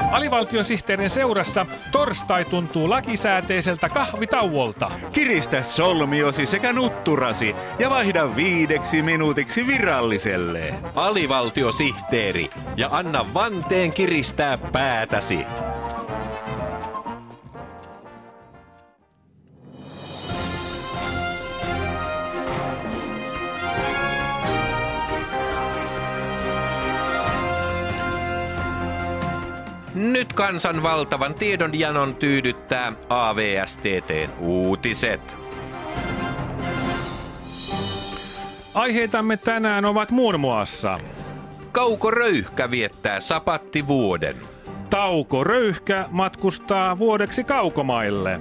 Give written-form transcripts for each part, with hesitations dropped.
Alivaltiosihteerin seurassa torstai tuntuu lakisääteiseltä kahvitauolta. Kiristä solmiosi sekä nutturasi ja vaihda 5 minuutiksi viralliselle. Alivaltiosihteeri ja anna vanteen kiristää päätäsi. Nyt kansan valtavan tiedonjanon tyydyttää AVSTT:n uutiset. Aiheitamme tänään ovat muun muassa: Kauko Röyhkä viettää sapattivuoden. Tauko Röyhkä matkustaa vuodeksi kaukomaille.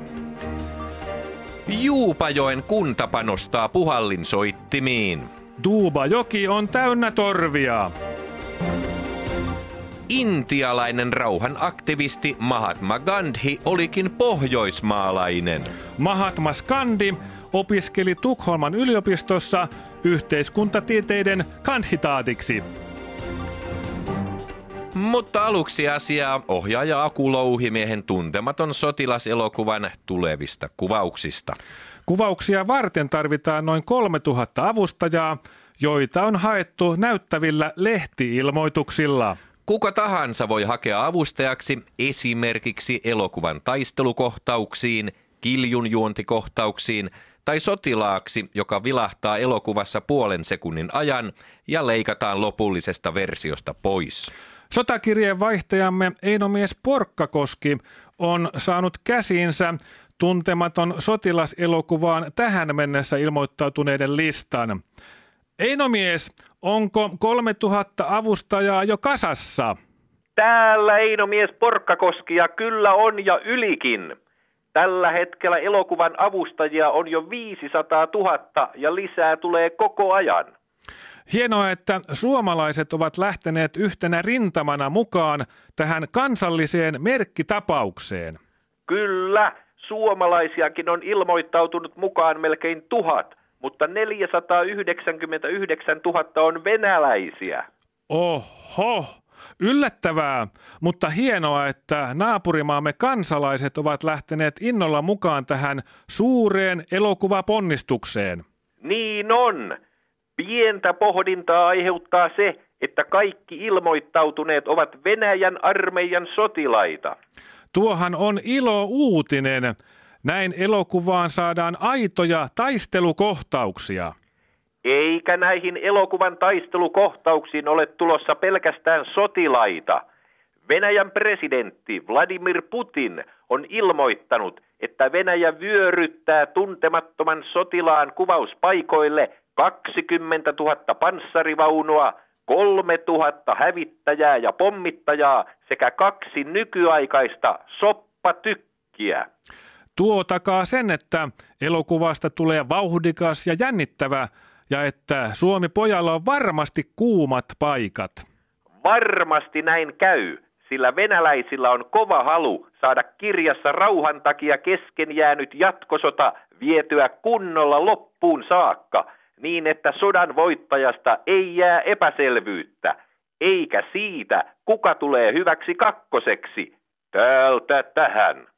Juupajoen kunta panostaa puhallinsoittimiin. Duubajoki on täynnä torvia. Intialainen rauhan aktivisti Mahatma Gandhi olikin pohjoismaalainen. Mahatma Gandhi opiskeli Tukholman yliopistossa yhteiskuntatieteiden kanditaatiksi. Mutta aluksi asiaa ohjaaja Aku Louhimiehen tuntematon sotilaselokuvan tulevista kuvauksista. Kuvauksia varten tarvitaan noin 3000 avustajaa, joita on haettu näyttävillä lehti-ilmoituksilla. Kuka tahansa voi hakea avustajaksi esimerkiksi elokuvan taistelukohtauksiin, kiljunjuontikohtauksiin tai sotilaaksi, joka vilahtaa elokuvassa puolen sekunnin ajan ja leikataan lopullisesta versiosta pois. Sotakirjeen vaihtajamme Einomies Porkkakoski on saanut käsiinsä tuntematon sotilaselokuvaan tähän mennessä ilmoittautuneiden listan. Einomies, onko 3000 avustajaa jo kasassa? Täällä Einomies Porkkakoski ja kyllä on ja ylikin. Tällä hetkellä elokuvan avustajia on jo 500 000 ja lisää tulee koko ajan. Hienoa, että suomalaiset ovat lähteneet yhtenä rintamana mukaan tähän kansalliseen merkkitapaukseen. Kyllä, suomalaisiakin on ilmoittautunut mukaan melkein 1000, mutta 499 000 on venäläisiä. Oho, yllättävää, mutta hienoa, että naapurimaamme kansalaiset ovat lähteneet innolla mukaan tähän suureen elokuvaponnistukseen. Niin on. Pientä pohdintaa aiheuttaa se, että kaikki ilmoittautuneet ovat Venäjän armeijan sotilaita. Tuohan on ilo-uutinen. Näin elokuvaan saadaan aitoja taistelukohtauksia. Eikä näihin elokuvan taistelukohtauksiin ole tulossa pelkästään sotilaita. Venäjän presidentti Vladimir Putin on ilmoittanut, että Venäjä vyöryttää tuntemattoman sotilaan kuvauspaikoille 20 000 panssarivaunua, 3 000 hävittäjää ja pommittajaa sekä 2 nykyaikaista soppatykkiä. Tuo takaa sen, että elokuvasta tulee vauhdikas ja jännittävä ja että Suomi-pojalla on varmasti kuumat paikat. Varmasti näin käy, sillä venäläisillä on kova halu saada kirjassa rauhan takia kesken jäänyt jatkosota vietyä kunnolla loppuun saakka, niin että sodan voittajasta ei jää epäselvyyttä, eikä siitä, kuka tulee hyväksi kakkoseksi. Täältä tähän.